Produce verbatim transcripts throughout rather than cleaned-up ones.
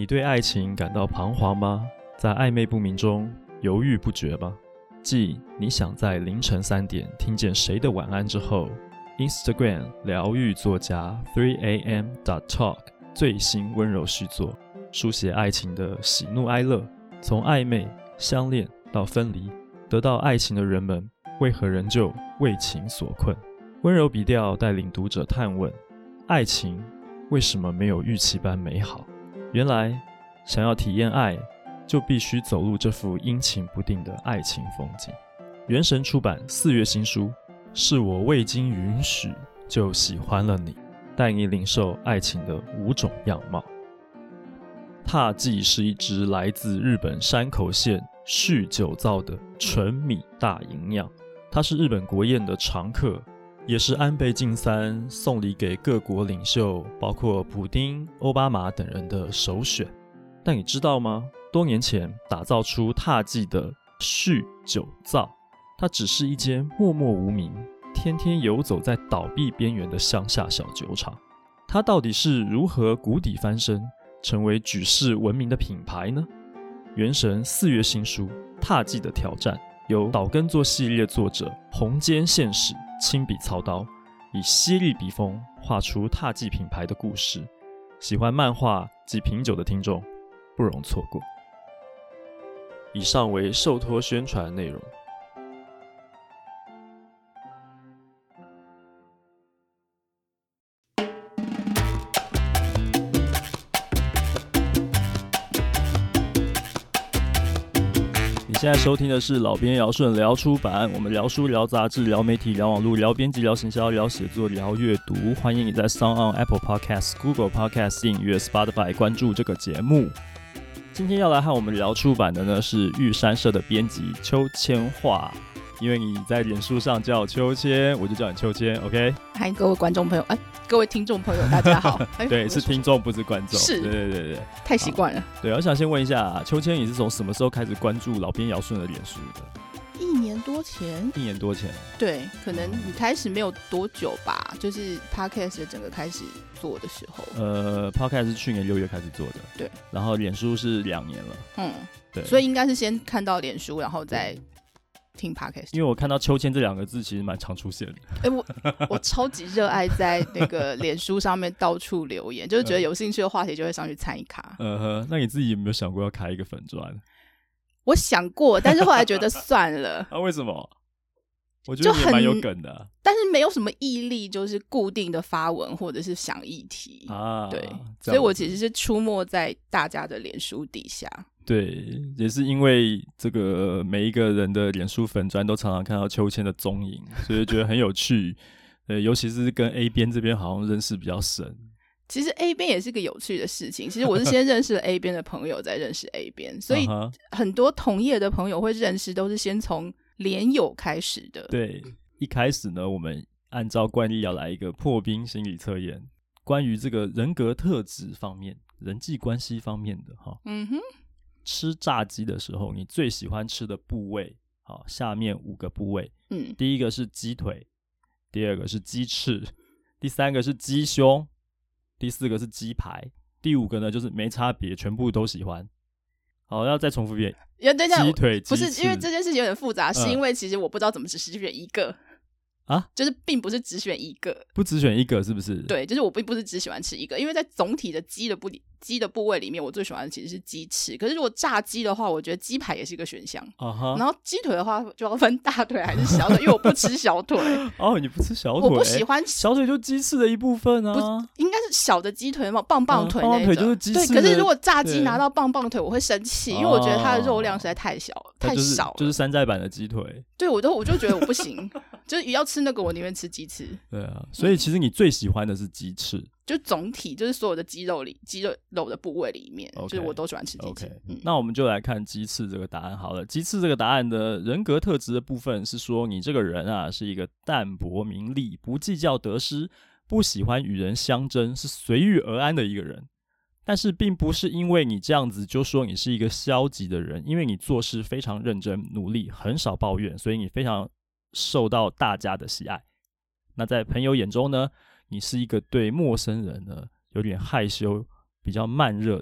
对爱情感到彷徨吗？在暧昧不明中犹豫不决吗？即你想在凌晨三点听见谁的晚安之后， Instagram 疗愈作家 three a m dot talk 最新温柔续作，书写爱情的喜怒哀乐，从暧昧、相恋到分离，得到爱情的人们为何仍旧为情所困？温柔笔调带领读者探问，爱情为什么没有预期般美好？原来想要体验爱，就必须走入这幅阴晴不定的爱情风景。原神出版四月新书，是我未经允许就喜欢了你，带你领受爱情的五种样貌。踏迹是一支来自日本山口县续酒造的纯米大吟酿，它是日本国宴的常客，也是安倍晋三送礼给各国领袖，包括普丁、奥巴马等人的首选。但你知道吗？多年前打造出踏迹的续酒造，它只是一间默默无名、天天游走在倒闭边缘的乡下小酒厂。它到底是如何谷底翻身，成为举世闻名的品牌呢？原神四月新书《踏迹的挑战》，由岛根作系列作者红间宪史亲笔操刀，以犀利笔锋画出踏迹品牌的故事。喜欢漫画及品酒的听众不容错过。以上为受托宣传内容。你现在收听的是老编尧舜聊出版，我们聊书、聊杂志、聊媒体、聊网络、聊编辑、聊行销、聊写作、聊阅读。欢迎你在 SoundOn、Apple Podcast、Google Podcast 订阅 Spotify 关注这个节目。今天要来和我们聊出版的呢是玉山社的编辑邱千桦，因为你在脸书上叫秋千，我就叫你秋千 ，OK？ 嗨，各位观众朋友，哎，各位听众朋友，大家好。哎、 对，是听众不是观众， 是， 对对对对， 太习惯了。 对，我想先问一下，秋千，你是从什么时候开始关注老编尧舜的脸书的？ 一年多前， 一年多前， 对，可能你开始没有多久吧，就是 Podcast 整个开始做的时候。 呃 ，Podcast 是去年六月开始做的， 对， 然后脸书是两年了， 嗯， 对， 所以应该是先看到脸书，然后再听 Podcast。 因为我看到秋千这两个字其实蛮常出现的。 哎、欸，我我超级热爱在那个脸书上面到处留言，就是觉得有兴趣的话题就会上去参一卡。 呃呵，那你自己有没有想过要开一个粉专？ 我想过，但是后来觉得算了。 啊，为什么？我觉得你也蛮有梗的、啊， 但是没有什么毅力，就是固定的发文或者是想议题啊。对，所以我其实是出没在大家的脸书底下。 对，也是因为这个每一个人的脸书粉专都常常看到秋千的踪影，所以觉得很有趣。对，尤其是跟 A 编这边好像认识比较深。 其实 A 边也是个有趣的事情，其实我是先认识了 A 边的朋友再认识 A 边，所以很多同业的朋友会认识都是先从连友开始的。 对，一开始呢，我们按照惯例要来一个破冰心理测验，关于这个人格特质方面、人际关系方面的哈。嗯哼，吃炸鸡的时候，你最喜欢吃的部位，好，下面五个部位。嗯，第一个是鸡腿，第二个是鸡翅，第三个是鸡胸。第四个是鸡排，第五个呢就是没差别，全部都喜欢。好，要再重复一遍。鸡腿、鸡翅， 不是因为这件事情有点复杂、嗯，是因为其实我不知道怎么只选一个啊，就是并不是只选一个， 不只选一个是不是？ 对，就是我并不是只喜欢吃一个，因为在总体的鸡的部鸡的部位里面，我最喜欢的其实是鸡翅。可是如果炸鸡的话，我觉得鸡排也是一个选项。Uh-huh. 然后鸡腿的话，就要分大腿还是小腿，因为我不吃小腿。 哦，你不吃小腿？ 我不喜欢小腿，就鸡翅的一部分啊。 不，应该是小的鸡腿嘛，棒棒腿那种、 嗯、棒棒腿就是鸡翅。 对，可是如果炸鸡拿到棒棒腿，我会生气，因为我觉得它的肉量实在太小、哦、太少了， 就是山寨版的鸡腿。 对，我都我就觉得我不行，就是要吃那个，我宁愿吃鸡翅。 对啊，所以其实你最喜欢的是鸡翅。嗯， 就总体就是所有的肌肉里肌肉肉的部位里面， okay, 就是我都喜欢吃鸡翅。 Okay, 嗯、那我们就来看鸡翅这个答案好了。鸡翅这个答案的人格特质的部分是说，你这个人啊是一个淡泊名利、不计较得失、不喜欢与人相争、是随遇而安的一个人。但是并不是因为你这样子就说你是一个消极的人，因为你做事非常认真努力，很少抱怨，所以你非常受到大家的喜爱。那在朋友眼中呢，你是一个对陌生人呢有点害羞、比较慢热的，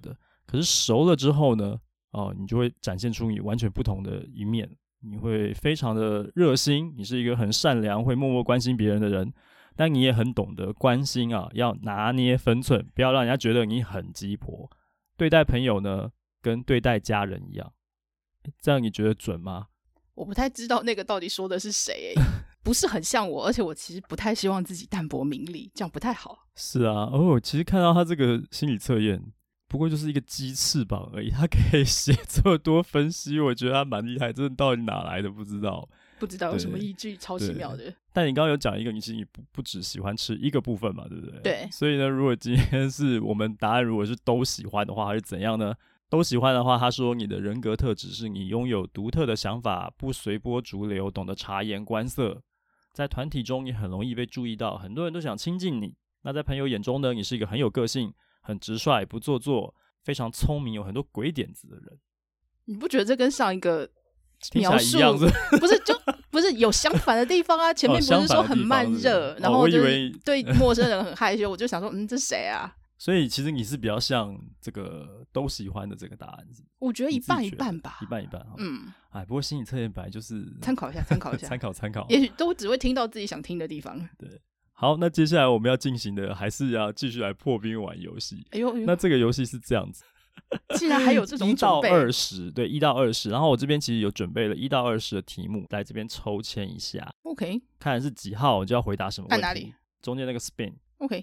可是熟了之后呢，哦，你就会展现出你完全不同的一面，你会非常的热心，你是一个很善良会默默关心别人的人，但你也很懂得关心啊，要拿捏分寸，不要让人家觉得你很鸡婆。对待朋友呢跟对待家人一样，这样你觉得准吗？ 我不太知道那个到底说的是谁、欸、不是很像我，而且我其实不太希望自己淡泊名利，这样不太好。 是啊，哦，其实看到他这个心理测验不过就是一个鸡翅膀而已，他可以写这么多分析，我觉得他蛮厉害，真的到底哪来的不知道， 不知道有什么依据，超奇妙的。 但你刚刚有讲一个，你其实你 不, 不只喜欢吃一个部分嘛，对不对？ 对。 所以呢，如果今天是我们答案如果是都喜欢的话，还是怎样呢？都喜欢的话，他说你的人格特质是你拥有独特的想法，不随波逐流，懂得察言观色，在团体中你很容易被注意到，很多人都想亲近你。那在朋友眼中呢，你是一个很有个性、很直率、不做作、非常聪明、有很多鬼点子的人。 你不觉得这跟上一个描述不是就不是有相反的地方啊？前面不是说很慢热、哦，然后就是对陌生人很害羞，我就想说，嗯，这谁啊？ 所以其实你是比较像这个都喜欢的这个答案，是我觉得一半一半吧， 一半一半。 嗯， 哎，不过心理测验本来就是参考一下，参考一下， 参考参考， 也许都只会听到自己想听的地方。 对，好，那接下来我们要进行的还是要继续来破冰玩游戏。 哎呦，哎呦， 那这个游戏是这样子， 竟然还有这种准备， 一到二十，对，一到二十。然后我这边其实有准备了一到二十的题目，来这边抽签一下。 OK， 看是几号，我就要回答什么问题。 按哪里？ 中间那个 spin。 OK。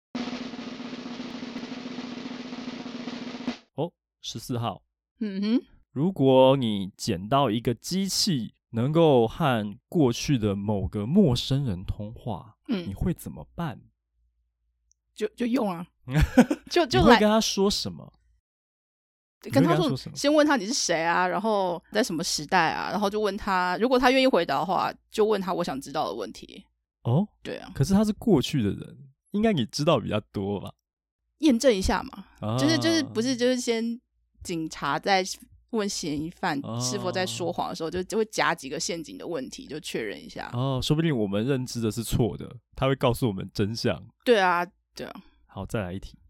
十四号， 嗯哼， 如果你捡到一个机器能够和过去的某个陌生人通话，嗯，你会怎么办？ 就就用啊，就就来。你会跟他说什么？ 跟他说，先问他你是谁啊，然后在什么时代啊，然后就问他，如果他愿意回答的话，就问他我想知道的问题。 哦， 对啊， 可是他是过去的人，应该你知道比较多吧？ 验证一下嘛， 啊、 就是就是不是就是先。警察在问嫌疑犯是否在说谎的时候，就就会夹几个陷阱的问题，就确认一下。 哦，说不定我们认知的是错的，他会告诉我们真相。 对啊，对啊。 好，再来一题。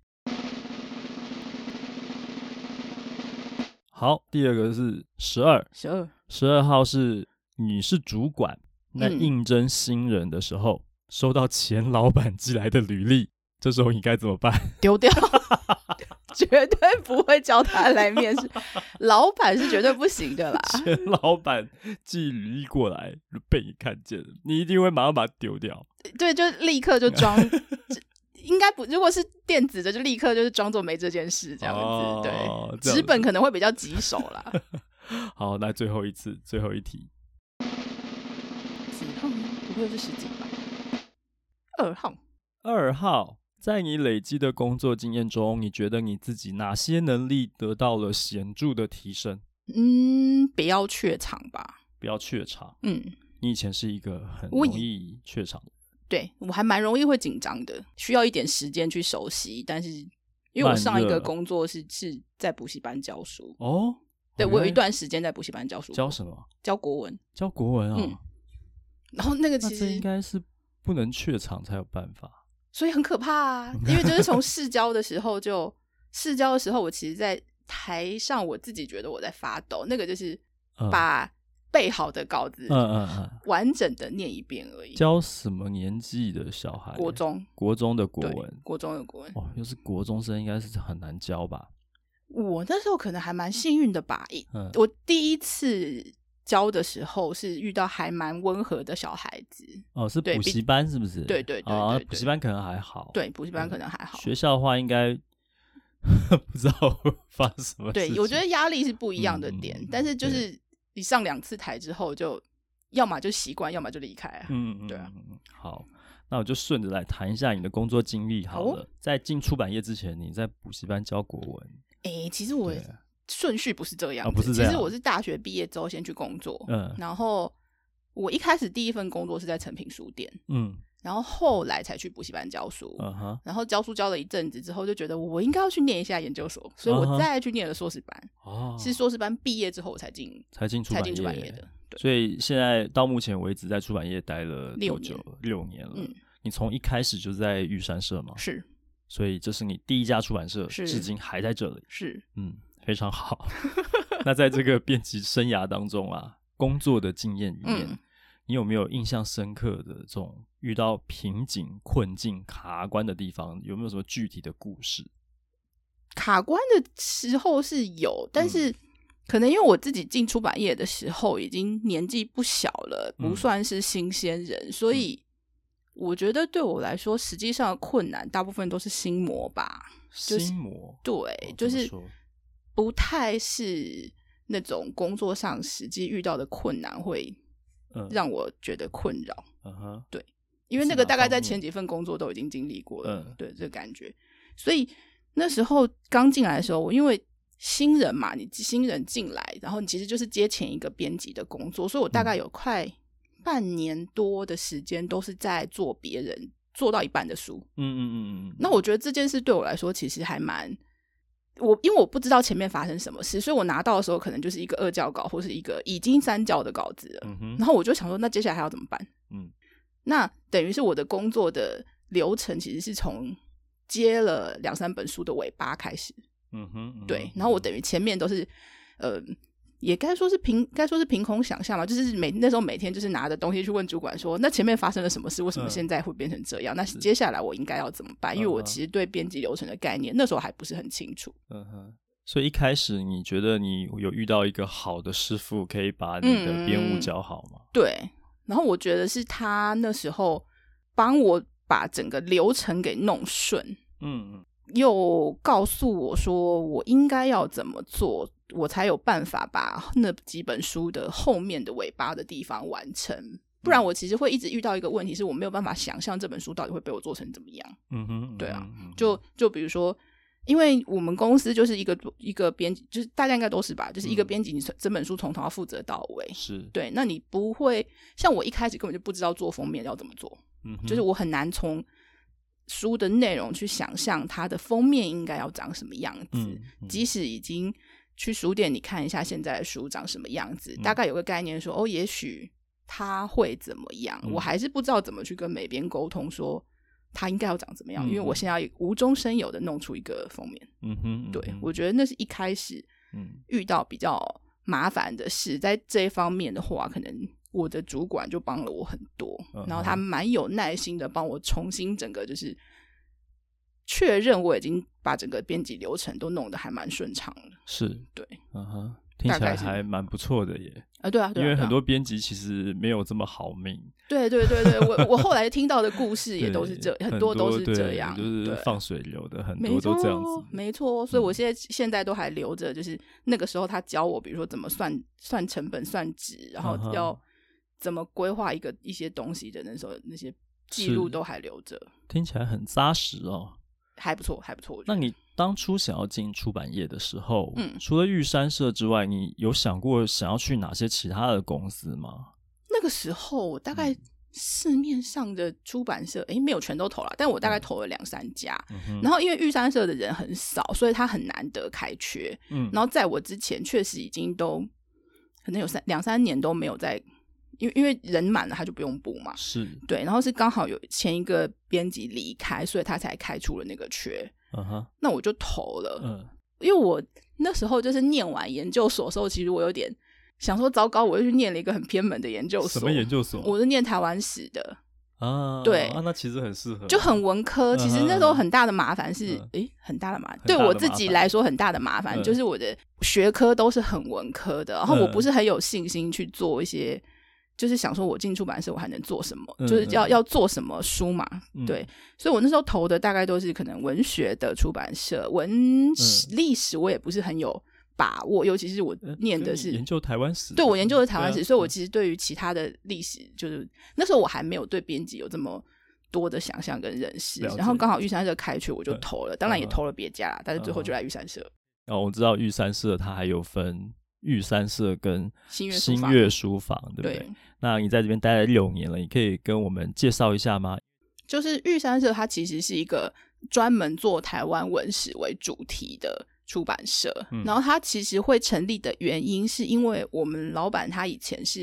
好，第二个是十二， 十二， 十二号是你是主管，那应征新人的时候，嗯、收到前老板寄来的履历，这时候你该怎么办？ 丢掉。绝对不会叫他来面试，老板是绝对不行的啦。 前老板寄履历过来被你看见了，你一定会马上把它丢掉。 对，就立刻就装，应该不，如果是电子的，就立刻就是装作没这件事这样子。哦、对，纸本可能会比较棘手啦。 好，那最后一次，最后一题。 几号呢？不会是十几吧？二号。 二号。在你累积的工作经验中，你觉得你自己哪些能力得到了显著的提升？ 嗯，不要怯场吧。 不要怯场。 嗯， 你以前是一个很容易怯场的。 对，我还蛮容易会紧张的，需要一点时间去熟悉。但是因为我上一个工作是是在补习班教书哦， 对、okay. 我有一段时间在补习班教书。 教什么？ 教国文。 教国文啊、哦嗯。 然后那个其实那这应该是不能怯场才有办法。 所以很可怕啊，因为就是从试教的时候就试教的时候，我其实在台上我自己觉得我在发抖，那个就是把背好的稿子嗯嗯嗯完整的念一遍而已。 教什么年纪的小孩？ 国中， 国中的国文， 国中的国文。 哦，又是国中生，应该是很难教吧？ 我那时候可能还蛮幸运的吧，嗯、我第一次教的时候是遇到还蛮温和的小孩子。 哦，是补习班是不是？ 对对 对, 对, 对, 对， 对， 补习班可能还好。 对，补习班可能还好。 嗯、学校的话应该不知道会发生什么事情。 对，我觉得压力是不一样的点，嗯、但是就是你上两次台之后，就要么就习惯，要么就离开啊。 嗯嗯， 对啊。 好，那我就顺着来谈一下你的工作经历好了。哦、在进出版业之前，你在补习班教国文。 哎，其实我。顺序不是这样子、 哦、不是这样。 其实我是大学毕业之后先去工作，嗯，然后我一开始第一份工作是在诚品书店，嗯，然后后来才去补习班教书，嗯哼，然后教书教了一阵子之后，就觉得我应该要去念一下研究所，所以我再去念了硕士班，哦，是硕士班毕业之后我才进才进出版业，才进出版业的， 对， 所以现在到目前为止在出版业待了多久？ 六年， 六年了。嗯，你从一开始就在玉山社吗？ 是。 所以这是你第一家出版社，至今还在这里。 是， 嗯，非常好。那在这个编辑生涯当中啊，工作的经验里面、嗯、你有没有印象深刻的这种遇到瓶颈、困境、卡关的地方？有没有什么具体的故事？ 卡关的时候是有，但是、嗯可能因为我自己进出版业的时候已经年纪不小了，不算是新鲜人、嗯、所以我觉得对我来说实际上的困难大部分都是心魔吧。 心魔、 就是、对、哦、就是不太是那种工作上实际遇到的困难会让我觉得困扰、嗯、对，因为那个大概在前几份工作都已经经历过了、嗯、对，这个感觉。所以那时候刚进来的时候，我因为新人嘛，你新人进来，然后你其实就是接前一个编辑的工作，所以我大概有快半年多的时间都是在做别人做到一半的书。嗯嗯嗯嗯。那我觉得这件事对我来说其实还蛮，我因为我不知道前面发生什么事，所以我拿到的时候可能就是一个二校稿或是一个已经三校的稿子了。嗯哼。然后我就想说，那接下来还要怎么办？嗯。那等于是我的工作的流程其实是从接了两三本书的尾巴开始。嗯哼, 嗯哼，对，然后我等于前面都是，呃，也该说是凭该说是凭空想象嘛，就是每那时候每天就是拿着东西去问主管说，那前面发生了什么事，为什么现在会变成这样？嗯、那接下来我应该要怎么办？因为我其实对编辑流程的概念、嗯、那时候还不是很清楚。嗯哼， 所以一开始你觉得你有遇到一个好的师傅，可以把你的编务教好吗？ 嗯、对，然后我觉得是他那时候帮我把整个流程给弄顺。嗯嗯。又告诉我说我应该要怎么做，我才有办法把那几本书的后面的尾巴的地方完成，不然我其实会一直遇到一个问题，是我没有办法想象这本书到底会被我做成怎么样。嗯哼，对啊，就就比如说，因为我们公司就是一个一个编辑，就是大家应该都是吧，就是一个编辑，你整本书从头要负责到尾。是，对，那你不会像我一开始根本就不知道做封面要怎么做，嗯，就是我很难从书的内容去想象它的封面应该要长什么样子、嗯嗯、即使已经去书店你看一下现在的书长什么样子、嗯、大概有个概念说哦，也许它会怎么样、嗯、我还是不知道怎么去跟美编沟通说它应该要长怎么样、嗯、因为我现在无中生有的弄出一个封面。嗯哼，对，嗯哼，我觉得那是一开始遇到比较麻烦的事，在这一方面的话可能我的主管就帮了我很多、uh-huh. 然后他蛮有耐心的帮我重新整个就是确认我已经把整个编辑流程都弄得还蛮顺畅的。是，对，嗯哼， 听起来还蛮不错的耶。 啊，对啊，对啊， 因为很多编辑其实没有这么好命。 对对对对，我我后来听到的故事也都是这很多都是这样， 就是放水流的，很多都这样子。 没错，所以我现在、嗯、现在都还留着，就是那个时候他教我，比如说怎么算算成本、算值，然后要怎么规划一个一些东西的那时候那些记录都还留着。 听起来很扎实哦。 还不错还不错。 那你当初想要进出版业的时候、嗯、除了玉山社之外，你有想过想要去哪些其他的公司吗？ 那个时候大概市面上的出版社诶没有全都投了，但我大概投了两三家、嗯、然后因为玉山社的人很少，所以他很难得开缺、嗯、然后在我之前确实已经都可能有三两三年都没有在，因为因为人满了他就不用补嘛，是，对，然后是刚好有前一个编辑离开，所以他才开出了那个缺、uh-huh. 那我就投了、嗯、因为我那时候就是念完研究所的时候，其实我有点想说糟糕，我又去念了一个很偏门的研究所。 什么研究所？ 我是念台湾史的啊， 对啊，那其实很适合， 就很文科、嗯、其实那时候很大的麻烦是诶、嗯、很大的麻烦，对我自己来说很大的麻烦、嗯、就是我的学科都是很文科的，然后我不是很有信心去做一些、嗯、就是想说我进出版社我还能做什么、嗯、就是要要做什么书嘛、嗯、对，所以我那时候投的大概都是可能文学的出版社，文史、嗯、历史我也不是很有把握，尤其是我念的是研究台湾史， 对，我研究的是台湾史、啊、所以我其实对于其他的历史就是那时候我还没有对编辑有这么多的想象跟认识，然后刚好玉山社开缺我就投了、嗯、当然也投了别家啦、嗯、但是最后就来玉山社。 哦，我知道玉山社它还有分玉山社跟新月书房，对不对？ 对， 那你在这边待了六年了，你可以跟我们介绍一下吗？ 就是玉山社它其实是一个专门做台湾文史为主题的出版社、嗯、然后它其实会成立的原因是因为我们老板他以前是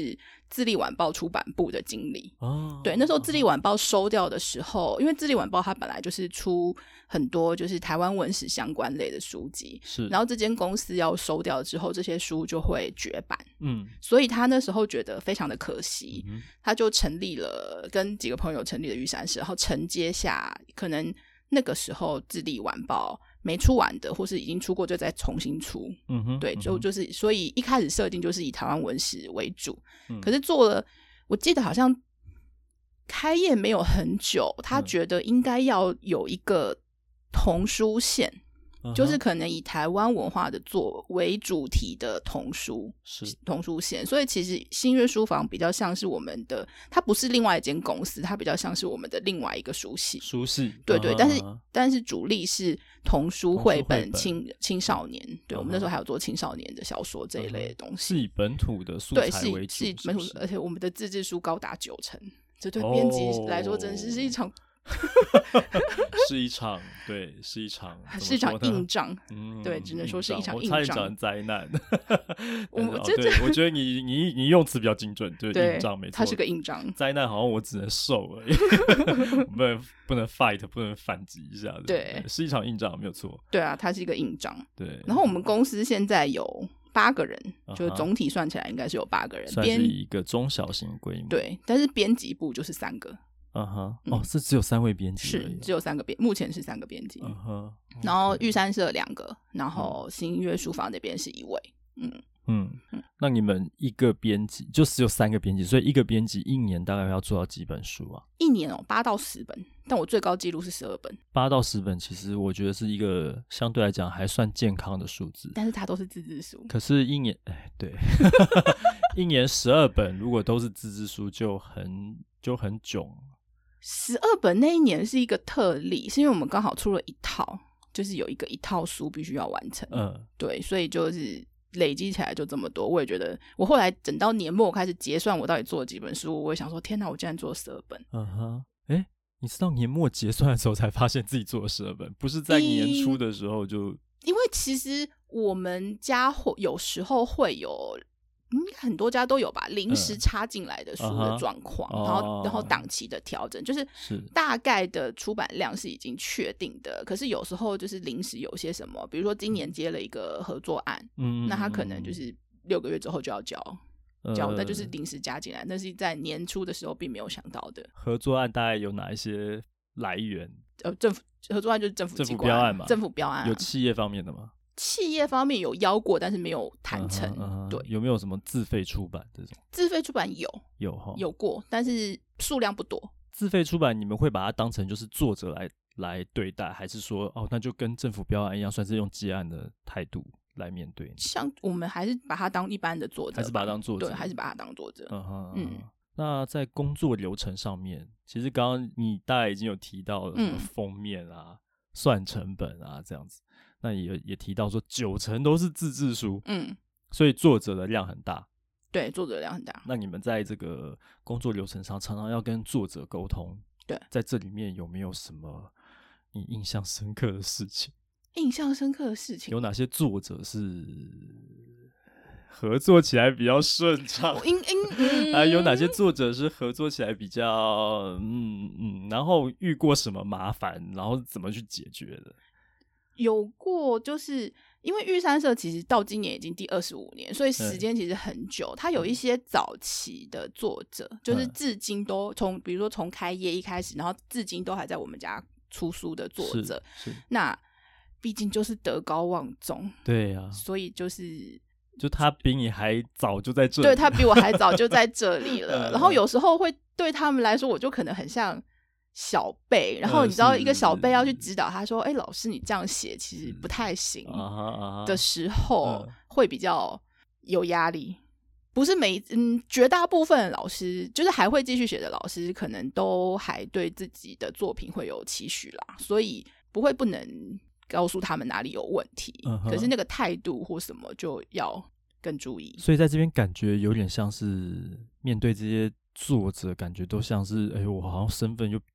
自立晚报出版部的经理。哦，对，那时候自立晚报收掉的时候，因为自立晚报它本来就是出很多就是台湾文史相关类的书籍， 是， 然后这间公司要收掉之后，这些书就会绝版。 嗯， 所以他那时候觉得非常的可惜，嗯、他就成立了跟几个朋友成立了玉山社，然后承接下可能那个时候自立晚报没出完的，或是已经出过就再重新出。嗯哼，对，就就是所以一开始设定就是以台湾文史为主，嗯、可是做了，我记得好像开业没有很久，他觉得应该要有一个童书线。Uh-huh. 就是可能以台湾文化的作为主题的童书，是童书线，所以其实新月书房比较像是我们的，它不是另外一间公司，它比较像是我们的另外一个书系。 书系， 对对， uh-huh. 但是但是主力是童书绘本青青少年，对、uh-huh. 我们那时候还有做青少年的小说这一类的东西， uh-huh. 是以本土的素材为主， 对，是以本土的，而且我们的自制书高达九成，这对编辑来说真是是一场。 是一场，对，是一场， 是一场硬仗，嗯，对，只能说是一场硬仗， 我差点讲灾难。 我对，对我觉得你你你用词比较精准，对， 对， 硬仗没错， 它是个硬仗。 灾难好像我只能受而已，不能不能 fight， 不能反击一下，对，对，是一场硬仗，没有错。 对啊，它是一个硬仗。 对， 然后我们公司现在有八个人，就是总体算起来应该是有八个人， 算是一个中小型规模。 对，但是编辑部就是三个。 嗯哼，哦，是只有三位编辑， 是只有三个编，目前是三个编辑。嗯哼，然后玉山社两个，然后新月书房那边是一位。嗯嗯，那你们一个编辑就只有三个编辑，所以一个编辑一年大概要做到几本书啊？ 一年哦，八到十本，但我最高纪录是十二本。 八到十本，其实我觉得是一个相对来讲还算健康的数字， 但是它都是自制书。 可是，一年，哎，对，一年十二本，如果都是自制书，就很就很囧。 十二本那一年是一个特例，是因为我们刚好出了一套，就是有一个一套书必须要完成。嗯，对，所以就是累积起来就这么多。我也觉得，我后来等到年末开始结算，我到底做了几本书，我也想说，天哪，我竟然做了十二本。 嗯哼，哎，你是到年末结算的时候才发现自己做了十二本，不是在年初的时候就？ 因为其实我们家会有时候会有。嗯，很多家都有吧，临时插进来的书的状况，嗯 uh-huh. 然后然后档期的调整，就是大概的出版量是已经确定的，可是有时候就是临时有些什么，比如说今年接了一个合作案，嗯，那他可能就是六个月之后就要交，嗯、交，那就是临时加进来，那是在年初的时候并没有想到的。 合作案大概有哪一些来源？ 呃，政府合作案就是政府机关， 政府标案嘛， 政府标案、啊、 有企业方面的吗？ 企业方面有邀过，但是没有谈成。Uh-huh, uh-huh. 对， 有没有什么自费出版这种？ 自费出版有有哈有过，但是数量不多。 自费出版你们会把它当成就是作者来来对待，还是说哦，那就跟政府标案一样，算是用接案的态度来面对？ 像我们还是把它当一般的作者， 还是把它当作者？ 对，还是把它当作者。 Uh-huh, 嗯。那在工作流程上面，其实刚刚你大概已经有提到了什么封面啊、嗯、算成本啊这样子。那也也提到说九成都是自制书，嗯，所以作者的量很大， 对，作者的量很大。 那你们在这个工作流程上常常要跟作者沟通， 对， 在这里面有没有什么你印象深刻的事情？ 印象深刻的事情有哪些作者是合作起来比较顺畅？ 嗯嗯啊，有哪些作者是合作起来比较嗯嗯，然后遇过什么麻烦，然后怎么去解决的？ 有过，就是因为玉山社其实到今年已经第二十五年，所以时间其实很久。它有一些早期的作者，就是至今都从，比如说从开业一开始，然后至今都还在我们家出书的作者。 是是， 那毕竟就是德高望重， 对呀、啊， 所以就是就他比你还早就在这里， 对，他比我还早就在这里了。然后有时候会对他们来说，我就可能很像小辈，然后你知道一个小辈要去指导他说，哎、呃，老师你这样写其实不太行的时候，会比较有压力。不是每嗯绝大部分的老师，就是还会继续写的老师，可能都还对自己的作品会有期许啦，所以不会不能告诉他们哪里有问题，uh-huh. 可是那个态度或什么就要更注意。 所以在这边感觉有点像是面对这些作者，感觉都像是哎，我好像身份又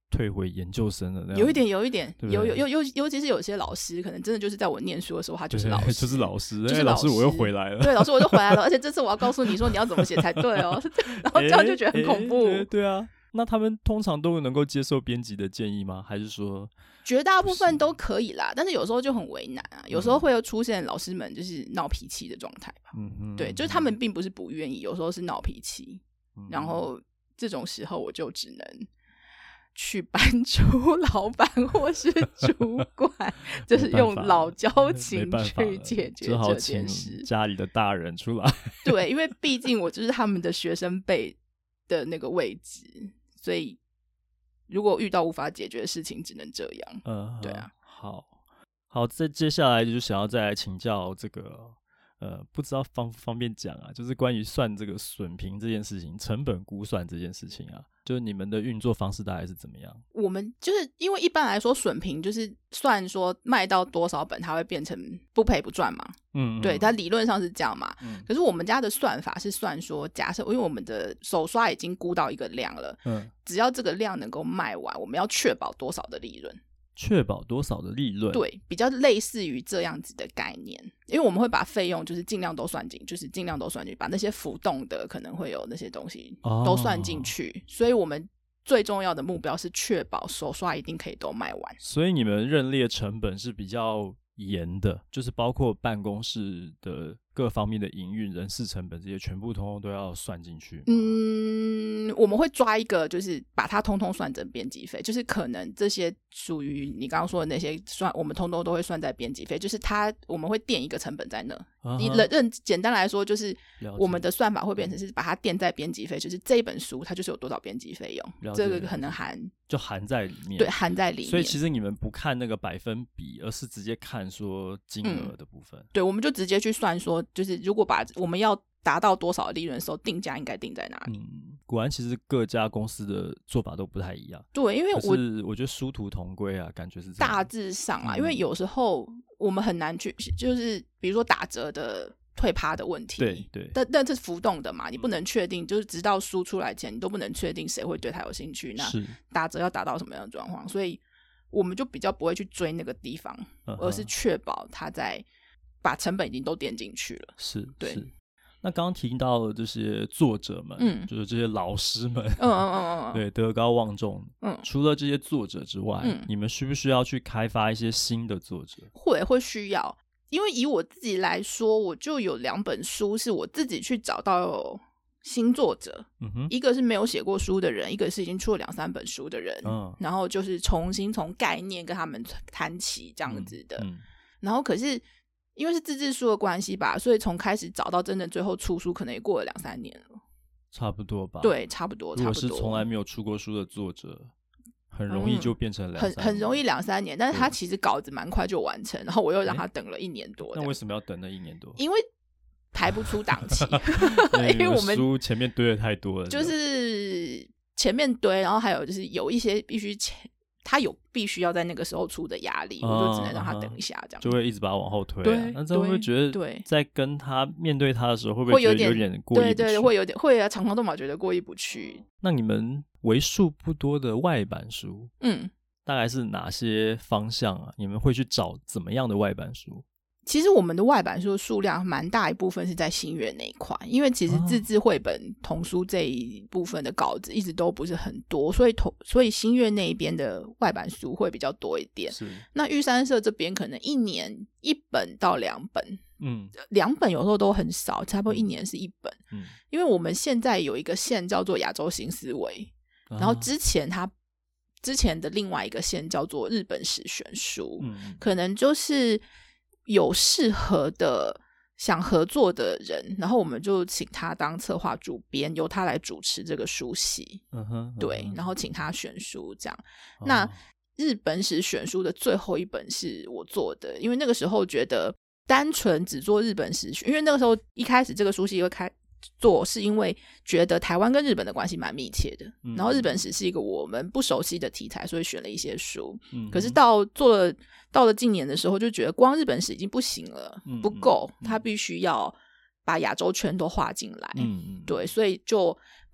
退回研究生了那样， 有一点有一点对对有有尤尤其是有些老师可能真的就是在我念书的时候他就是老师就是老师就是老师、 欸、老师我又回来了， 对，老师我又回来了，而且这次我要告诉你说你要怎么写才对哦然后这样就觉得很恐怖、 欸欸、对啊，那他们通常都能够接受编辑的建议吗？还是说绝大部分都可以啦，但是有时候就很为难啊，有时候会有出现老师们就是闹脾气的状态吧、嗯、对，就是他们并不是不愿意，有时候是闹脾气、嗯、然后这种时候我就只能去搬出老板或是主管就是用老交情去解决这件事， 家里的大人出来对，因为毕竟我就是他们的学生辈的那个位置，所以如果遇到无法解决的事情只能这样、呃、对啊。 好好，再接下来就想要再来请教这个呃，不知道方不方便讲啊，就是关于算这个损平这件事情，成本估算这件事情啊，就是你们的运作方式大概是怎么样？ 我们就是因为一般来说损平就是算说卖到多少本它会变成不赔不赚嘛，嗯，对，它理论上是这样嘛、嗯、可是我们家的算法是算说假设因为我们的手刷已经估到一个量了，嗯，只要这个量能够卖完，我们要确保多少的利润， 确保多少的利润， 对，比较类似于这样子的概念，因为我们会把费用就是尽量都算进，就是尽量都算进去，把那些浮动的可能会有那些东西都算进去、哦、所以我们最重要的目标是确保手刷一定可以都卖完。 所以你们认列成本是比较严的，就是包括办公室的各方面的营运、人事成本这些全部通通都要算进去。 嗯，我们会抓一个就是把它通通算成编辑费，就是可能这些属于你刚刚说的那些算我们通通都会算在编辑费，就是它我们会垫一个成本在那、uh-huh. 你认简单来说就是我们的算法会变成是把它垫在编辑费，就是这一本书它就是有多少编辑费用，这个可能含就含在里面， 对，含在里面。 所以其实你们不看那个百分比，而是直接看说金额的部分、嗯、 对，我们就直接去算说就是如果把我们要达到多少利润的时候定价应该定在哪里。 嗯，果然其实各家公司的做法都不太一样。 对，因为我是我觉得殊途同归啊，感觉是这样， 大致上啊、嗯、因为有时候我们很难去就是比如说打折的退趴的问题， 对对， 但但这是浮动的嘛，你不能确定，就是直到输出来前你都不能确定谁会对他有兴趣，那打折要达到什么样的状况，所以我们就比较不会去追那个地方、uh-huh. 而是确保他在把成本已经都垫进去了。 是， 对。 是，那刚刚提到的这些作者们、嗯、就是这些老师们， 嗯嗯嗯嗯， 对，德高望重，嗯，除了这些作者之外、嗯、你们需不需要去开发一些新的作者？ 会会需要，因为以我自己来说，我就有两本书是我自己去找到新作者、嗯、哼，一个是没有写过书的人，一个是已经出了两三本书的人、嗯、然后就是重新从概念跟他们谈起这样子的、嗯嗯、然后可是因为是自制书的关系吧，所以从开始找到真的最后出书可能也过了两三年了， 差不多吧。 对，差不多。 如果是从来没有出过书的作者，很容易就变成两三年、 嗯、很很容易两三年，但是他其实稿子蛮快就完成，然后我又让他等了一年多。 那为什么要等那一年多？ 因为排不出档期因为我们书前面堆的太多了， 就是前面堆，然后还有就是有一些必须前他有必须要在那个时候出的压力、哦、我就只能让他等一下，这样就会一直把他往后推、啊、那这会不会觉得在跟他面对他的时候会不会觉得有点过意不去？ 对对，会有点会啊，常常都嘛觉得过意不去。 那你们为数不多的外版书，嗯，大概是哪些方向啊？你们会去找怎么样的外版书？ 其实我们的外版书的数量蛮大一部分是在新月那一块，因为其实自制绘本童书这一部分的稿子一直都不是很多，所以所以新月那一边的外版书会比较多一点。是，那玉山社这边可能一年一本到两本，嗯，两本有时候都很少，差不多一年是一本。嗯，因为我们现在有一个线叫做亚洲新思维，然后之前它之前的另外一个线叫做日本史选书，嗯，可能就是有适合的想合作的人，然后我们就请他当策划主编，由他来主持这个书系。嗯哼，对，嗯哼，然后请他选书这样。哦，那日本史选书的最后一本是我做的，因为那个时候觉得单纯只做日本史，因为那个时候一开始这个书系会开做是因为觉得台湾跟日本的关系蛮密切的，嗯，然后日本史是一个我们不熟悉的题材，所以选了一些书。嗯，可是到做了到了近年的时候就觉得光日本史已经不行了，嗯，不够，他必须要把亚洲圈都画进来。嗯，对，所以就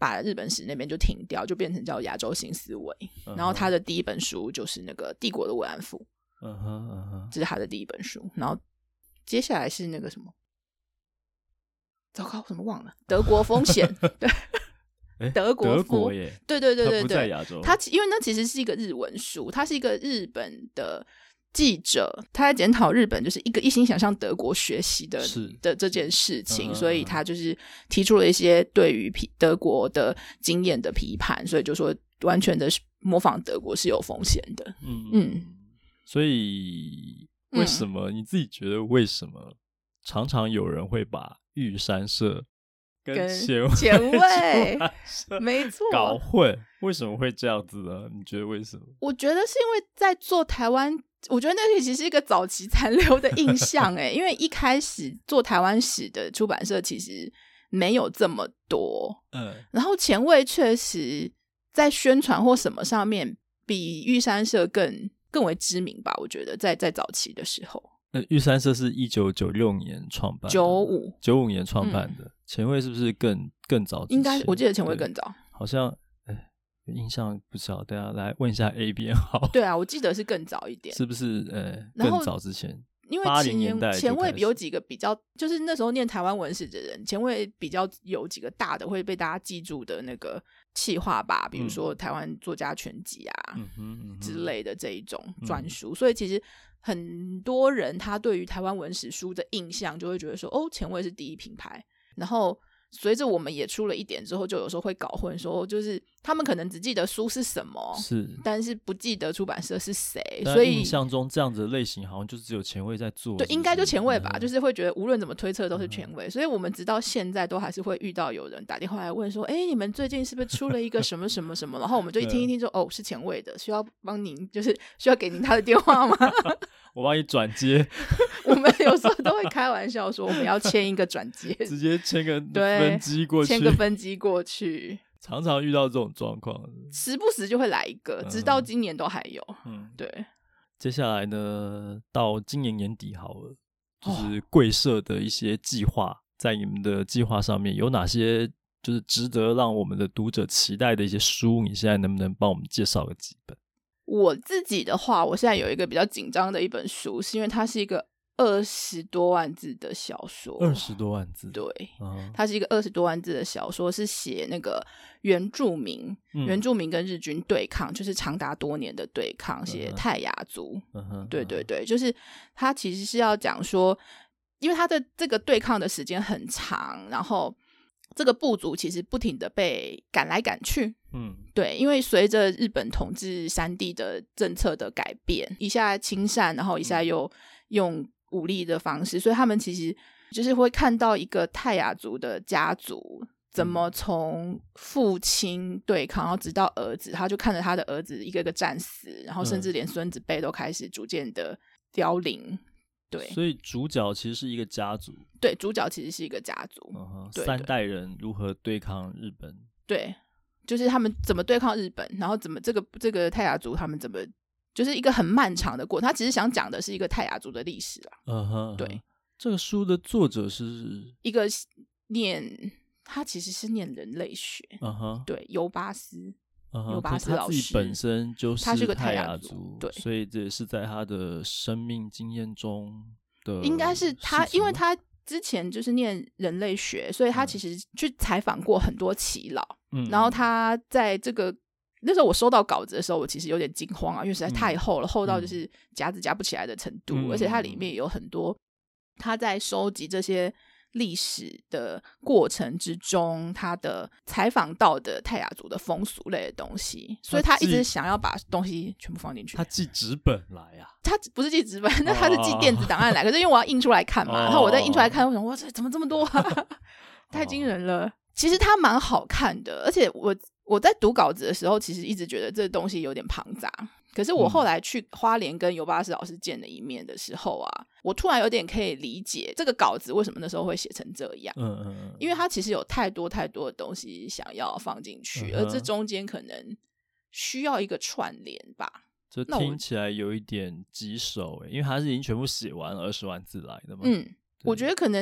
把日本史那边就停掉，就变成叫亚洲新思维、uh-huh. 然后他的第一本书就是那个帝国的慰安妇，嗯哼嗯哼，这是他的第一本书。然后接下来是那个什么，糟糕，我怎么忘了？德国风险，对，德国德国耶， 对对对对对， 他不在亚洲。 他因为那其实是一个日文书，他是一个日本的记者，他在检讨日本就是一个一心想向德国学习的的这件事情、嗯、所以他就是提出了一些对于德国的经验的批判，所以就说完全的模仿德国是有风险的。嗯嗯， 所以为什么、嗯、你自己觉得为什么常常有人会把玉山社跟前卫没错搞混？为什么会这样子呢？你觉得为什么？ 我觉得是因为在做台湾，我觉得那其实是一个早期残留的印象耶因为一开始做台湾史的出版社其实没有这么多，嗯，然后前卫确实在宣传或什么上面比玉山社更更为知名吧，我觉得在在早期的时候。 那玉山社是一九九六年创办的， 九五九五年创办的、嗯、前卫是不是更更早之前？ 应该我记得前卫更早， 好像印象不晓得，大家来问一下 A 编好。 对啊，我记得是更早一点， 是不是呃更早之前？ 因为八零年代前卫有几个比较，就是那时候念台湾文史的人，前卫比较有几个大的会被大家记住的那个企划吧，比如说台湾作家全集啊、嗯嗯、之类的这一种专书、嗯、所以其实很多人他对于台湾文史书的印象就会觉得说，哦，前卫是第一品牌，然后随着我们也出了一点之后，就有时候会搞混，说就是他们可能只记得书是什么，是，但是不记得出版社是谁，所以印象中这样子的类型好像就只有前卫在做， 对，应该就前卫吧、嗯，就是会觉得无论怎么推测都是前卫、嗯，所以我们直到现在都还是会遇到有人打电话来问说，哎，你们最近是不是出了一个什么什么什么？然后我们就一听一听就，哦，是前卫的，需要帮您，就是需要给您他的电话吗？ 我帮你转接。 我们有时候都会开玩笑说我们要签一个转接， 直接签个分机过去， 签个分机过去， 常常遇到这种状况， 时不时就会来一个、嗯、直到今年都还有。嗯，对。 接下来呢，到今年年底好了，就是贵社的一些计划、哦、在你们的计划上面有哪些就是值得让我们的读者期待的一些书，你现在能不能帮我们介绍个几本？ 我自己的话，我现在有一个比较紧张的一本书，是因为它是一个二十多万字的小说。 二十多万字， 对、嗯、它是一个二十多万字的小说，是写那个原住民、嗯、原住民跟日军对抗，就是长达多年的对抗，写泰雅族、嗯、对对对，就是它其实是要讲说，因为它的这个对抗的时间很长，然后这个部族其实不停的被赶来赶去，嗯，对，因为随着日本统治山地的政策的改变，一下亲善，然后一下又用武力的方式，所以他们其实就是会看到一个泰雅族的家族怎么从父亲对抗，然后直到儿子，他就看着他的儿子一个个战死，然后甚至连孙子辈都开始逐渐的凋零。对， 所以主角其实是一个家族。 对，主角其实是一个家族、 uh-huh, 对对，三代人如何对抗日本。 对，就是他们怎么对抗日本，然后怎么这个这个泰雅族他们怎么，就是一个很漫长的过程。他其实想讲的是一个泰雅族的历史啦。嗯哼，对。 这个书的作者是一个念，他其实是念人类学。嗯哼，对，尤巴斯。 Uh-huh, 尤巴斯老师他自己本身就是他是个泰雅族，对， 所以这也是在他的生命经验中的， 应该是他，因为他之前就是念人类学，所以他其实去采访过很多耆老、嗯、然后他在这个那时候我收到稿子的时候，我其实有点惊慌啊，因为实在太厚了、嗯、厚到就是夹子夹不起来的程度、嗯、而且它里面有很多他在收集这些历史的过程之中他的采访到的泰雅族的风俗类的东西，所以他一直想要把东西全部放进去。 他寄纸本来啊？ 他不是寄纸本，那他是寄电子档案来、哦、可是因为我要印出来看嘛、哦、然后我在印出来看我想哇这怎么这么多、啊、太惊人了、哦、其实它蛮好看的，而且我我在读稿子的时候其实一直觉得这东西有点庞杂，可是我后来去花莲跟尤巴斯老师见了一面的时候啊，我突然有点可以理解这个稿子为什么那时候会写成这样。嗯嗯嗯，因为它其实有太多太多的东西想要放进去、嗯、而这中间可能需要一个串联吧。 这听起来有一点棘手耶，因为它是已经全部写完了二十万字来的嘛。 嗯，我觉得可能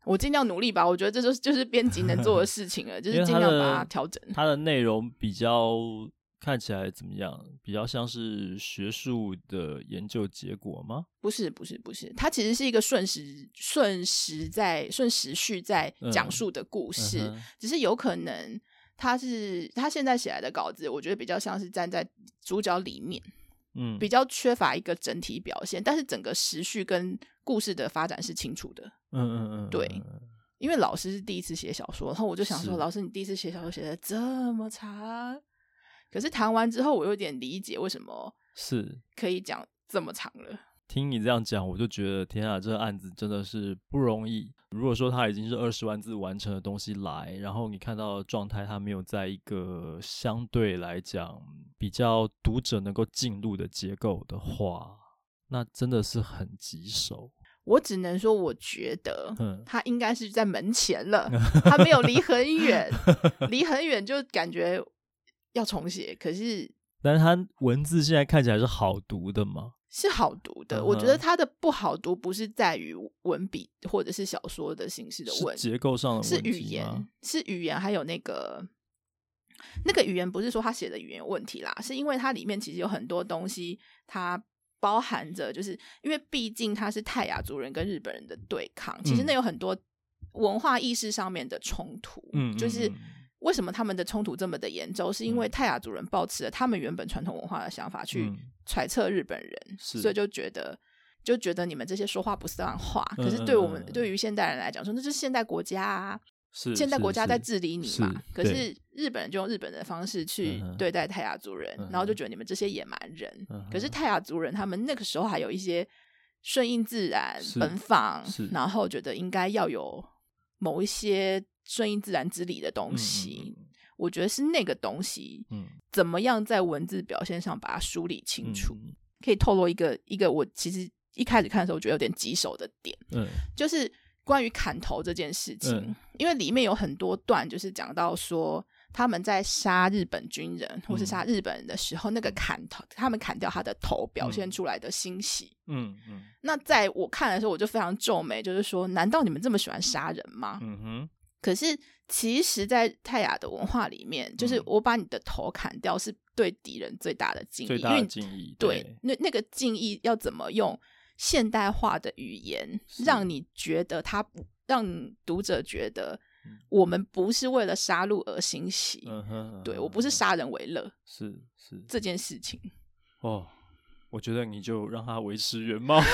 我尽量努力吧，我觉得这就是就是编辑能做的事情了，就是尽量把它调整。 它的内容比较看起来怎么样？比较像是学术的研究结果吗？ 不是，不是，不是，它其实是一个顺时顺时在顺时序在讲述的故事，嗯嗯、只是有可能他是他现在写来的稿子，我觉得比较像是站在主角里面。嗯，比较缺乏一个整体表现，但是整个时序跟故事的发展是清楚的。嗯嗯嗯，对，因为老师是第一次写小说，然后我就想说，老师你第一次写小说写得这么长，可是谈完之后，我有点理解为什么是可以讲这么长了。 听你这样讲，我就觉得天啊，这个案子真的是不容易。如果说它已经是二十万字完成的东西来，然后你看到的状态，它没有在一个相对来讲比较读者能够进入的结构的话，那真的是很棘手。 我只能说，我觉得他应该是在门前了，他没有离很远，离很远就感觉要重写。可是， 但是他文字现在看起来是好读的吗？ 是好读的，uh-huh. 我觉得它的不好读不是在于文笔或者是小说的形式的问题， 是结构上的问题吗？ 是语言，是语言，还有那个那个语言不是说他写的语言有问题啦，是因为它里面其实有很多东西，它包含着，就是因为毕竟它是泰雅族人跟日本人的对抗，其实那有很多文化意识上面的冲突，嗯，就是为什么他们的冲突这么的严重，是因为泰雅族人抱持了他们原本传统文化的想法去揣测日本人，嗯、所以就觉得就觉得你们这些说话不算话，可是对我们、嗯、对于现代人来讲说，那就是现代国家啊，是现代国家在治理你嘛，可是日本人就用日本人的方式去对待泰雅族人、嗯、然后就觉得你们这些野蛮人、嗯、可是泰雅族人他们那个时候还有一些顺应自然奔放，然后觉得应该要有某一些顺应自然之理的东西、嗯嗯嗯、我觉得是那个东西、嗯、怎么样在文字表现上把它梳理清楚、嗯、可以透露一个一个我其实一开始看的时候我觉得有点棘手的点、嗯、就是关于砍头这件事情、嗯、因为里面有很多段就是讲到说他们在杀日本军人或是杀日本人的时候、嗯、那个砍头他们砍掉他的头表现出来的欣喜，嗯嗯，那在我看的时候我就非常皱眉，就是说难道你们这么喜欢杀人吗？嗯哼，可是其实在泰雅的文化里面、嗯、就是我把你的头砍掉是对敌人最大的敬意， 最大的敬意， 对，对，那那个敬意要怎么用现代化的语言让你觉得他让读者觉得我们不是为了杀戮而欣喜、嗯哼嗯哼，对，我不是杀人为乐， 是是这件事情哦，我觉得你就让他维持原貌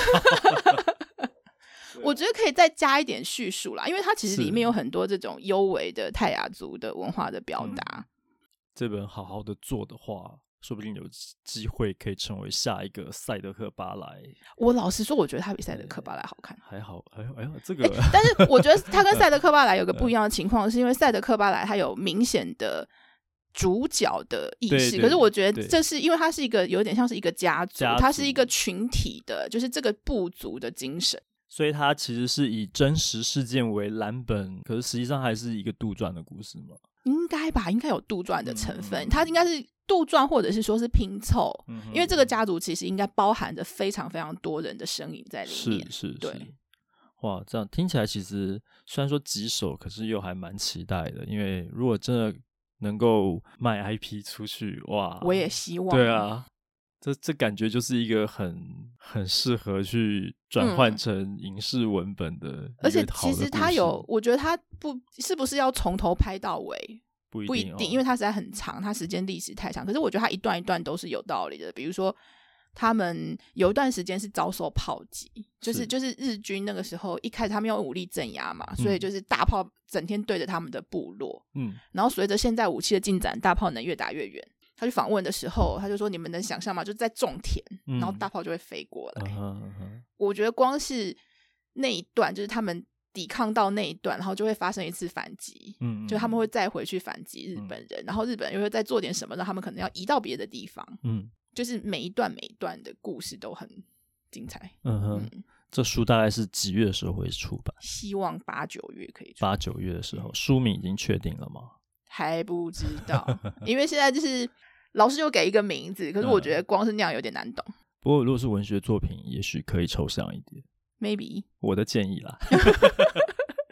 我觉得可以再加一点叙述啦，因为它其实里面有很多这种幽微的泰雅族的文化的表达、嗯、 这本好好的做的话说不定有机会可以成为下一个赛德克巴莱。 我老实说我觉得它比赛德克巴莱好看， 还好哎呦哎呦这个、 欸、但是我觉得它跟赛德克巴莱有个不一样的情况是因为赛德克巴莱它有明显的主角的意识，可是我觉得这是因为它是一个有点像是一个家族，家族它是一个群体的，就是这个部族的精神， 所以它其实是以真实事件为蓝本，可是实际上还是一个杜撰的故事吗？ 应该吧，应该有杜撰的成分、嗯、它应该是杜撰或者是说是拼凑、嗯、因为这个家族其实应该包含着非常非常多人的身影在里面， 是是对是，哇，这样听起来其实虽然说棘手，可是又还蛮期待的，因为如果真的能够卖 I P 出去，哇， 我也希望， 对啊，这这感觉就是一个很很适合去转换成影视文本的、嗯、 而且其实他有我觉得他不是不是要从头拍到尾不一定， 不一定、哦、因为它实在很长，它时间历史太长，可是我觉得它一段一段都是有道理的，比如说他们有一段时间是遭受炮击，就是就是日军那个时候一开始他们用武力镇压嘛、嗯、所以就是大炮整天对着他们的部落，嗯，然后随着现在武器的进展，大炮能越打越远，他去访问的时候他就说你们能想象吗，就在种田、嗯、然后大炮就会飞过来、嗯嗯、我觉得光是那一段就是他们抵抗到那一段，然后就会发生一次反击，嗯，就他们会再回去反击日本人、嗯、然后日本人又会再做点什么让他们可能要移到别的地方，嗯，就是每一段每一段的故事都很精彩。嗯哼，嗯， 这书大概是几月的时候会出版？ 希望八九月可以出版。 八九月的时候、嗯、书名已经确定了吗？ 还不知道因为现在就是老师就给一个名字，可是我觉得光是那样有点难懂、嗯、 不过如果是文学作品也许可以抽象一点， maybe 我的建议啦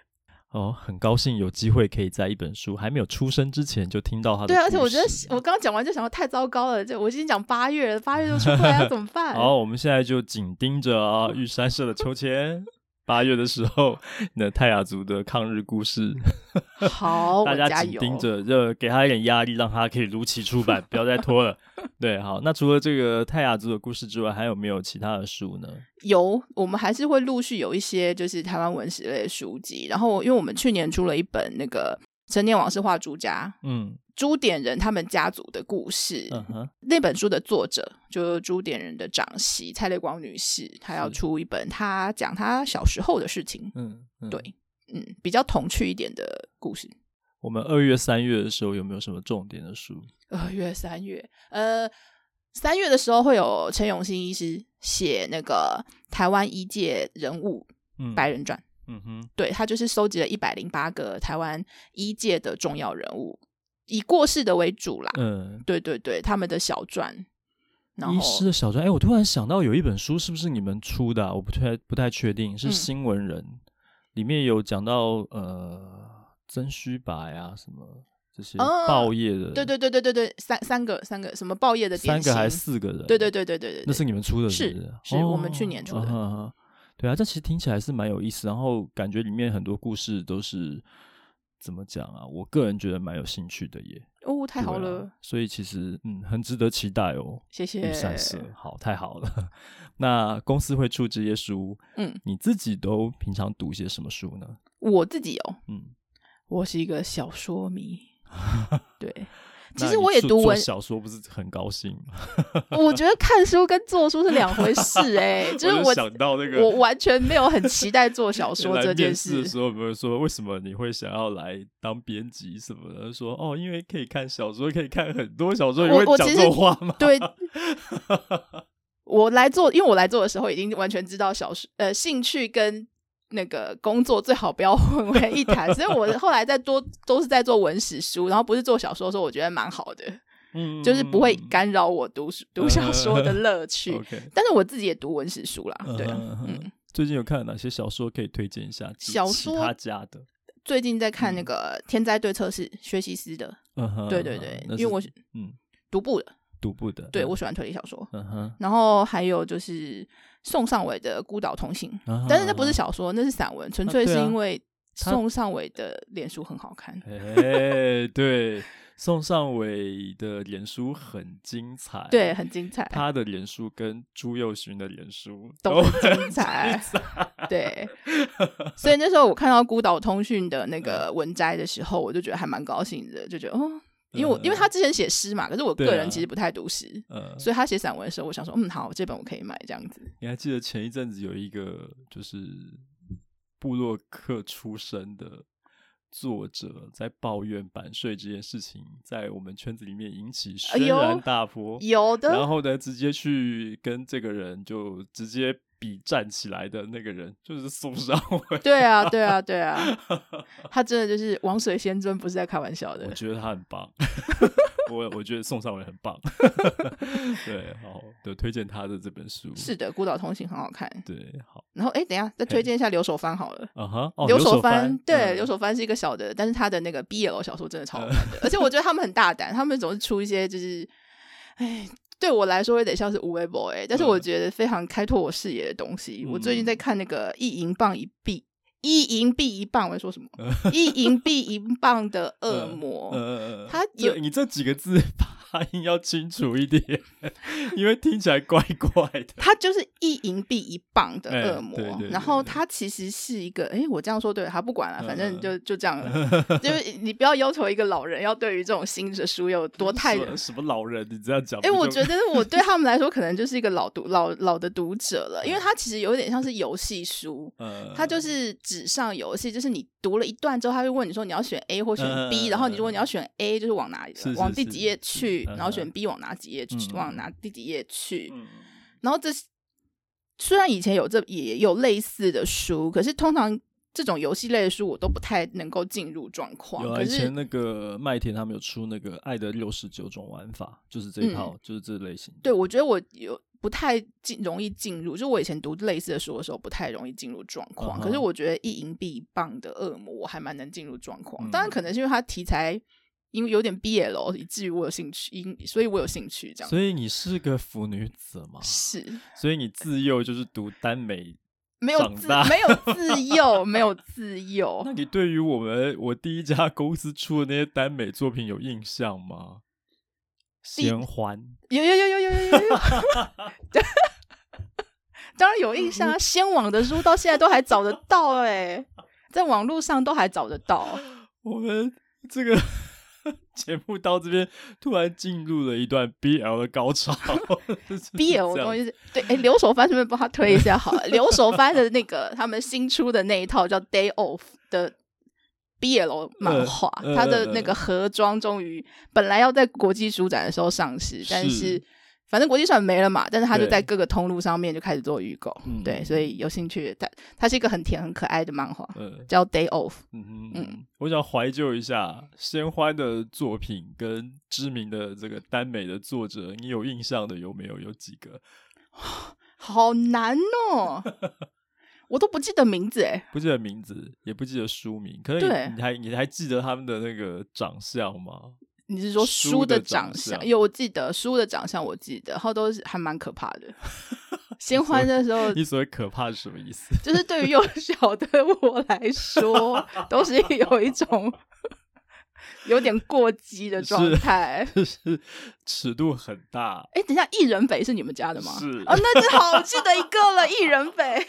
哦，很高兴有机会可以在一本书还没有出生之前就听到他的故事。 对，而且我觉得我刚刚讲完就想到太糟糕了，就我已经讲八月了，八月就出来要怎么办？ 好，我们现在就紧盯着啊，玉山社的秋千。八月的时候，那泰雅族的抗日故事， 好， 大家紧盯着，就给他一点压力，让他可以如期出版，不要再拖了。对，好，那除了这个泰雅族的故事之外，还有没有其他的书呢？ 有，我们还是会陆续有一些就是台湾文史类的书籍。然后，因为我们去年出了一本那个陈年往事画朱家，嗯，朱点人他们家族的故事。嗯哼，那本书的作者就是朱点人的长媳蔡烈光女士，她要出一本她讲她小时候的事情。嗯，嗯对，嗯，比较童趣一点的故事。 我们二月、三月的时候有没有什么重点的书？ 二月、三月，呃，三月的时候会有陈永新医师写那个台湾医界人物百人传。嗯哼，对，他就是收集了一百零八个台湾医界的重要人物，以过世的为主啦。嗯，对对对，他们的小传。然后医师的小传，哎，我突然想到有一本书是不是你们出的、啊？我不太不太确定，是新闻人、嗯、里面有讲到呃曾虚白啊什么这些报业的、 哦，对对对对对对，三三个三个什么报业的典型， 三个还是四个人？ 对对对对对对， 那是你们出的是不是？ 是，是、哦、我们去年出的。 哦对啊，这其实听起来是蛮有意思，然后感觉里面很多故事都是怎么讲啊？我个人觉得蛮有兴趣的耶。 哦，太好了！ 啊、所以其实嗯，很值得期待哦。 谢谢。 玉山社，好，太好了。那公司会出这些书，嗯，你自己都平常读些什么书呢？ 我自己哦，嗯，我是一个小说迷。对。其实我也读文小说，不是很高兴吗？ 我觉得看书跟做书是两回事哎、欸，就是我想到那个， 我完全没有很期待做小说这件事。 面试的时候有没有说为什么你会想要来当编辑什么的？说哦，因为可以看小说，可以看很多小说。你会讲这种话吗？ 对，我来做，因为我来做的时候已经完全知道小说呃兴趣跟那个工作最好不要混为一谈，所以我后来在多都是在做文史书，然后不是做小说的时候，我觉得蛮好的，嗯，就是不会干扰我读读小说的乐趣。嗯 okay. 但是我自己也读文史书啦，对啊，嗯。 最近有看哪些小说可以推荐一下？ 小说其他家的， 最近在看那个《天灾对策》是薛西斯的，嗯，对对对，因为我是嗯独步的。 独步的， 对、嗯、我喜欢推理小说、uh-huh. 然后还有就是宋尚伟的孤岛通信、uh-huh. 但是那不是小说，那是散文，纯粹是因为宋尚伟的脸书很好看、 欸、对，宋尚伟的脸书很精彩， 对，很精彩， 他的脸书跟朱宥勋的脸书都很精彩, 精彩对，所以那时候我看到孤岛通讯的那个文摘的时候，我就觉得还蛮高兴的，就觉得哦，因为我、嗯、因为他之前写诗嘛，可是我个人其实不太读诗、啊嗯，所以他写散文的时候，我想说，嗯，好，这本我可以买这样子。 你还记得前一阵子有一个就是部落客出身的作者在抱怨版税这件事情，在我们圈子里面引起轩然大波， 哎、有的， 然后呢，直接去跟这个人就直接比站起来的那个人就是宋尚伟。对啊对啊对啊他真的就是王水仙尊，不是在开玩笑的。 我觉得他很棒我我觉得宋尚伟很棒对，好的，推荐他的这本书。 是的，孤岛通行很好看。 对，好， 然后哎，等一下再推荐一下刘守藩好了。 啊哈，哦， 刘守藩， 对，刘守藩是一个小的，但是他的那个 B L 小说真的超好看的，而且我觉得他们很大胆，他们总是出一些就是哎，对我来说有点像是无为 boy， 但是我觉得非常开拓我视野的东西、嗯、我最近在看那个一银棒一币一银币一棒，我在说什么一银币一棒的恶魔、呃呃、他有你这几个字发音要清楚一点因为听起来怪怪的。 他就是一银币一棒的恶魔、欸、对对对对，然后他其实是一个哎，我这样说对了，他不管了，反正就就这样了就是你不要要求一个老人要对于这种新的书有多太什么什么老人，你这样讲哎，我觉得我对他们来说可能就是一个老读老老的读者了，因为他其实有点像是游戏书，他就是纸上游戏，就是你读了一段之后他会问你说你要选 A 或选 B、嗯、然后你如果你要选 A 就是往哪里往第几页去，然后选 B 往哪几页去、嗯、往哪第几页去、嗯、然后这虽然以前有这也有类似的书，可是通常这种游戏类的书我都不太能够进入状况。 有啊，以前那个麦田他们有出那个《爱的六十九种玩法》，就是这一套、嗯、就是这类型的。 对，我觉得我有不太进容易进入，就我以前读类似的书的时候不太容易进入状况、uh-huh. 可是我觉得一银币一棒的恶魔我还蛮能进入状况、嗯、当然可能是因为它题材因为有点 B L 以至于我有兴趣，所以我有兴趣这样。 所以你是个腐女子吗？ 是。 所以你自幼就是读耽美没有自没有自幼没有自幼。 那你对于我们我第一家公司出的那些耽美作品有印象吗？仙欢有有有有有有有有当然有印象啊，仙网的书到现在都还找得到哎、欸，在网络上都还找得到。 我们这个节目到这边突然进入了一段 B L 的高潮 B L 的东西是对，哎，刘守藩是不是帮他推一下好了？刘守藩的那个他们新出的那一套叫 Day Off 的 B L 漫画、呃、他的那个盒装终于本来要在国际书展的时候上市，但是反正国际书展没了嘛，但是他就在各个通路上面就开始做预购，对，所以有兴趣它它是一个很甜很可爱的漫画、呃、叫 Day Off。 嗯嗯，我想怀旧一下仙欢的作品跟知名的这个耽美的作者，你有印象的有没有？有几个？ 好难哦我都不记得名字耶， 不记得名字也不记得书名，可是 你, 你还你还记得他们的那个长相吗？ 你是说书的长相？有，我记得书的长相我记得，然后都是还蛮可怕的仙欢的时候你所谓可怕是什么意思？ 就是对于幼小的我来说都是有一种有点过激的状态， 是, 是尺度很大。 哎，等一下，艺人北是你们家的吗？ 是哦，那就好记得一个了艺人北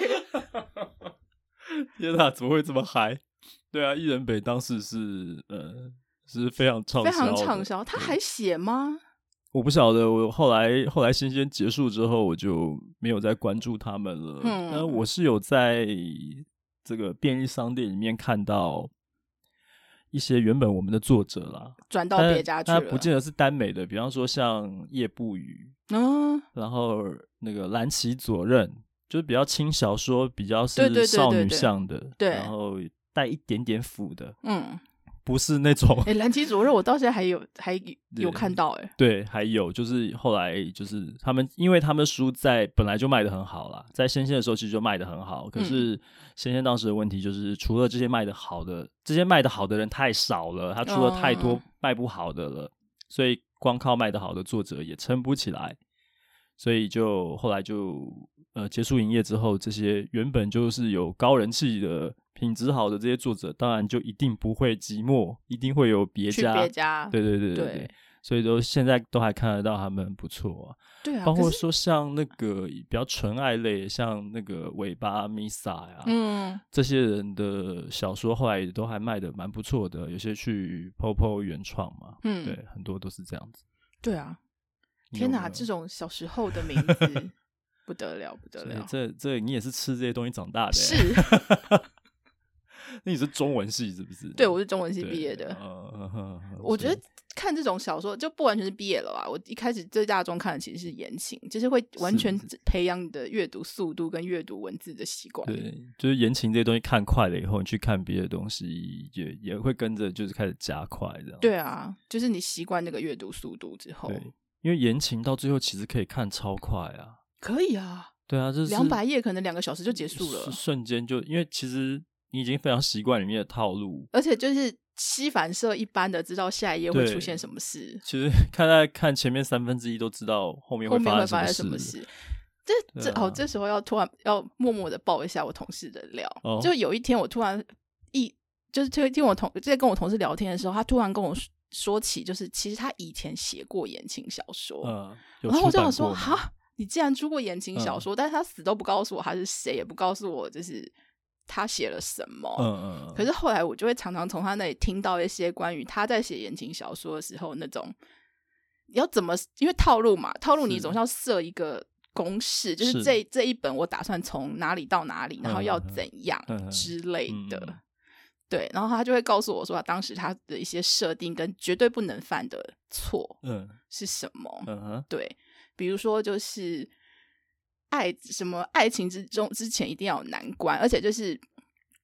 天哪，怎么会这么嗨？对啊，艺人北当时是呃是非常畅销的， 非常畅销。他还写吗？ 我不晓得，我后来后来新鲜结束之后，我就没有再关注他们了。嗯，但我是有在这个便利商店里面看到一些原本我们的作者啦， 转到别家去了， 他不见得是耽美的，比方说像叶步宇，嗯，然后那个蓝崎左任，就是比较轻小说，比较是少女向的， 对， 然后带一点点腐的， 嗯。 不是那种哎、欸，蓝崎左任我到现在还有还有看到哎、欸， 对，还有就是后来就是他们，因为他们书在本来就卖得很好啦，在仙仙的时候其实就卖得很好，可是仙仙当时的问题就是除了这些卖得好的，这些卖得好的人太少了，他出了太多卖不好的了，嗯、所以光靠卖得好的作者也撑不起来，所以就后来就呃结束营业之后，这些原本就是有高人气的。品质好的这些作者当然就一定不会寂寞，一定会有别家， 去别家， 对对对对 对, 对，所以都现在都还看得到他们不错啊。 对啊， 包括说像那个比较纯爱类，像那个尾巴 Misa 呀，嗯，这些人的小说后来也都还卖得蛮不错的，有些去 P O P O 原创嘛，嗯，对，很多都是这样子。 对啊，天哪，这种小时候的名字不得了不得了， 这这你也是吃这些东西长大的， 是。 那你是中文系是不是？ 对，我是中文系毕业的。呃、我觉得看这种小说就不完全是毕业了吧。我一开始最大众看的其实是言情，就是会完全培养你的阅读速度跟阅读文字的习惯。 对，就是言情这些东西看快了以后，你去看别的东西也也会跟着就是开始加快这样。 对啊，就是你习惯那个阅读速度之后， 对，因为言情到最后其实可以看超快啊。 可以啊， 对啊，就是两百页可能两个小时就结束了， 瞬间就因为其实。你已经非常习惯里面的套路， 而且就是吸反射一般的知道下一页会出现什么事。 其实看在看前面三分之一都知道后面会发生什么事。这这、啊、哦，这时候要突然要默默的爆一下我同事的料。哦、就有一天我突然一就是听我同在跟我同事聊天的时候，他突然跟我说起，就是其实他以前写过言情小说。 嗯， 然后我就想说，哈，你既然出过言情小说，嗯、但是他死都不告诉我他是谁，也不告诉我就是他写了什么。嗯嗯。可是后来我就会常常从他那里听到一些关于他在写言情小说的时候那种要怎么，因为套路嘛，套路你总是要设一个公式，是就是这这一本我打算从哪里到哪里，然后要怎样之类的。嗯嗯嗯、对，然后他就会告诉我说，他当时他的一些设定跟绝对不能犯的错是什么。嗯嗯、对，比如说就是爱什么爱情之中之前一定要有难关，而且就是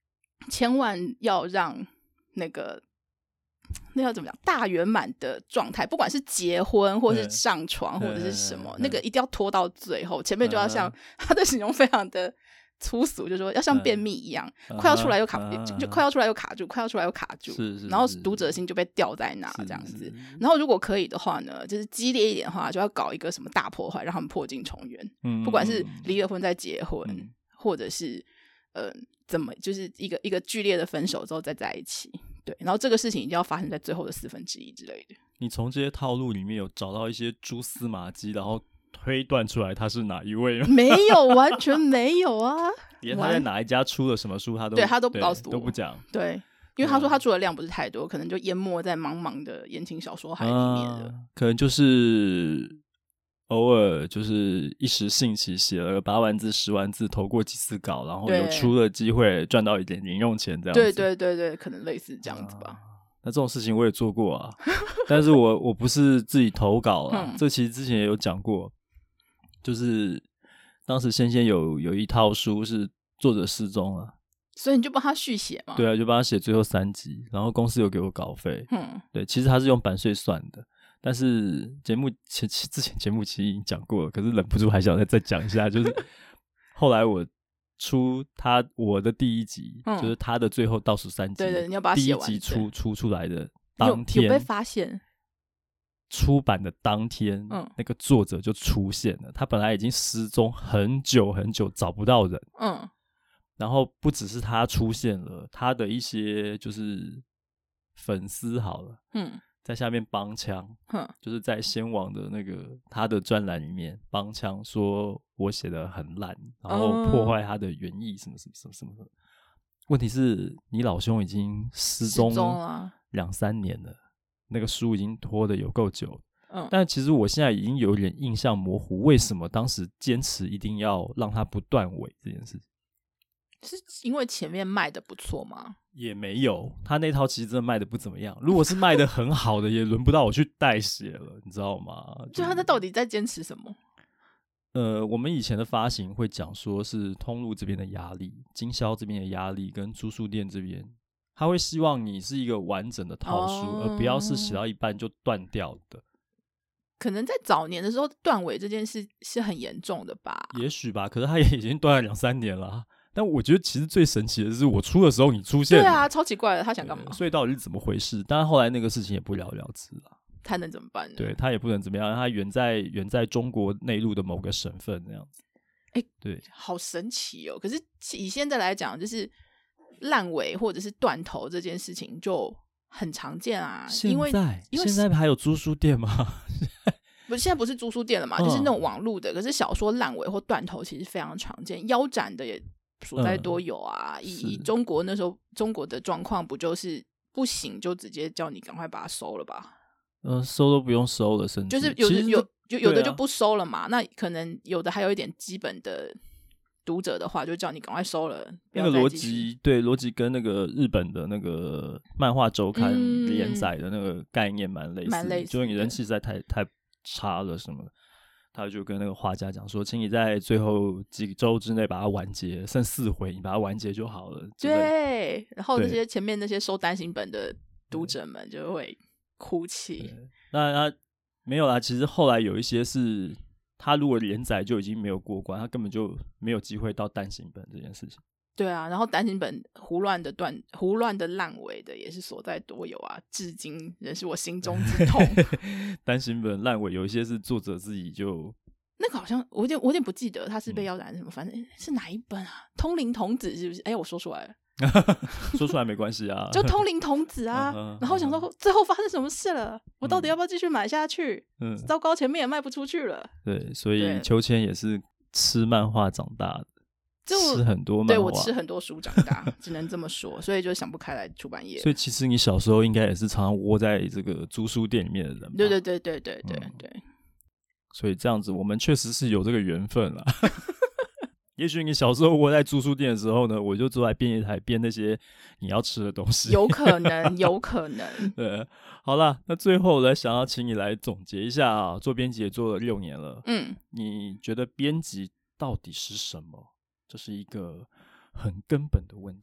千万要让那个那要怎么讲大圆满的状态，不管是结婚或是上床或者是什么，那个一定要拖到最后，前面就要像他的形容非常的粗俗，就是说要像便秘一样，快要出来又卡，就就快要出来又卡住，快要出来又卡住， 是是， 然后读者心就被吊在那这样子。然后如果可以的话呢，就是激烈一点的话，就要搞一个什么大破坏，让他们破镜重圆，嗯，不管是离了婚再结婚，嗯，或者是呃怎么，就是一个一个剧烈的分手之后再在一起。对，然后这个事情一定要发生在最后的四分之一之类的。 你从这些套路里面有找到一些蛛丝马迹，然后推断出来他是哪一位吗？ 没有，完全没有啊！ 连他在哪一家出了什么书，他都对他都不告诉我， 都不讲。 对，因为他说他出的量不是太多，可能就淹没在茫茫的言情小说海里面了。 啊、可能就是偶尔就是一时兴起写了八万字、十万字，投过几次稿，然后有出了机会赚到一点零用钱，这样子。 对对对对，可能类似这样子吧。啊、 那这种事情我也做过啊，但是我我不是自己投稿啦，嗯、这其实之前也有讲过，就是当时仙仙有有一套书是作者失踪了， 所以你就帮他续写嘛？ 对啊，就帮他写最后三集，然后公司有给我稿费。嗯，对，其实他是用版税算的。但是节目前之前节目其实已经讲过了，可是忍不住还想再再讲一下，就是后来我出他我的第一集，嗯、就是他的最后倒数三集， 对对，你要把它写完。 第一集出出出来的当天有，有被發現， 出版的当天，嗯、那个作者就出现了。他本来已经失踪很久很久，找不到人。嗯，然后不只是他出现了，他的一些就是粉丝好了，嗯。在下面帮腔，就是在先王的那个他的专栏里面帮腔，说我写的很烂，然后破坏他的原意，什么什么什么什么的。问题是你老兄已经失踪两三年了，那个书已经拖得有够久。嗯，但其实我现在已经有点印象模糊，为什么当时坚持一定要让他不断尾这件事情？ 是因为前面卖的不错吗？ 也没有，他那套其实真的卖的不怎么样。如果是卖的很好的，也轮不到我去代写了，你知道吗？ 就他在到底在坚持什么？ 呃，我们以前的发行会讲说是通路这边的压力、经销这边的压力跟租书店这边，他会希望你是一个完整的套书，哦、而不要是写到一半就断掉的。 可能在早年的时候，断尾这件事是很严重的吧？ 也许吧，可是他也已经断了两三年了。但我觉得其实最神奇的是，我出的时候你出现了。 对啊，超奇怪的，他想干嘛？ 所以到底是怎么回事？当然后来那个事情也不了了之了。 他能怎么办呢？ 对，他也不能怎么样，他远在远在中国内陆的某个省份那样子。 哎、欸，对，好神奇哦！可是以现在来讲，就是烂尾或者是断头这件事情就很常见啊。 现在因为因为现在还有租书店吗？ 不是，现在不是租书店了嘛，嗯、就是那种网路的。可是小说烂尾或断头其实非常常见，腰斩的也所在多有啊。嗯、以, 以中国那时候中国的状况，不就是不行就直接叫你赶快把它收了吧？ 嗯、呃，收都不用收了，甚至就是有的有有有的就不收了嘛。啊、那可能有的还有一点基本的读者的话，就叫你赶快收了。 那个逻辑对逻辑跟那个日本的那个漫画周刊连载的那个概念蛮类似的， 蛮类似的， 就是你人气实在太太差了什么的。他就跟那个画家讲说，请你在最后几周之内把它完结，剩四回你把它完结就好了。 对，然后那些前面那些收单行本的读者们就会哭泣。 那他没有啦，其实后来有一些是他如果连载就已经没有过关，他根本就没有机会到单行本这件事情。 对啊，然后单行本胡乱的断胡乱的烂尾的也是所在多有啊，至今仍是我心中之痛。 单行本烂尾有一些是作者自己就那个好像我有点我有点不记得他是被腰斩什么，嗯、反正是哪一本啊？通灵童子是不是？哎，我说出来了。 说出来没关系啊， 就通灵童子啊。然后想说最后发生什么事了，我到底要不要继续买下去？嗯，糟糕，前面也卖不出去了。 对，所以秋千也是吃漫画长大的。吃很多漫画， 对，我吃很多书长大，只能这么说，所以就想不开来出版业。 所以其实你小时候应该也是常常窝在这个租书店里面的人吧？ 对对对对对对对、嗯。 所以这样子，我们确实是有这个缘分啦。也许你小时候窝在租书店的时候呢，我就坐在编页台编那些你要吃的东西。 有可能，有可能。 对，好啦，那最后来想要请你来总结一下啊，做编辑也做了六年了，嗯，你觉得编辑到底是什么？这是一个很根本的问题。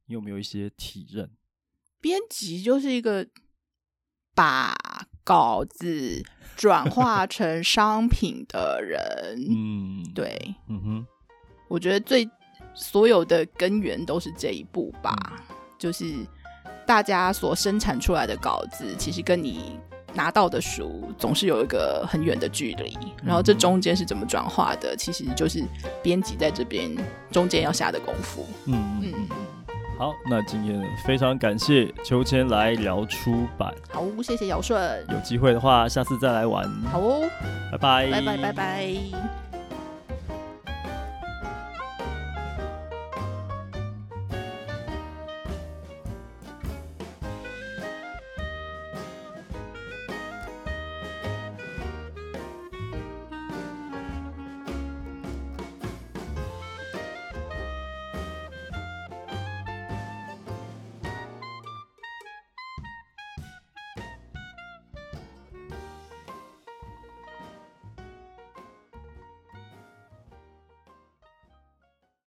你有没有一些体认？ 编辑就是一个把稿子转化成商品的人。嗯，对，嗯哼，我觉得最所有的根源都是这一步吧，嗯、就是大家所生产出来的稿子，其实跟你拿到的书总是有一个很远的距离，然后这中间是怎么转化的，其实就是编辑在这边中间要下的功夫。嗯嗯嗯。 好，那今天非常感谢秋千来聊出版。 好，谢谢尧舜。 有机会的话，下次再来玩。 好哦， 拜拜， 拜拜，拜拜。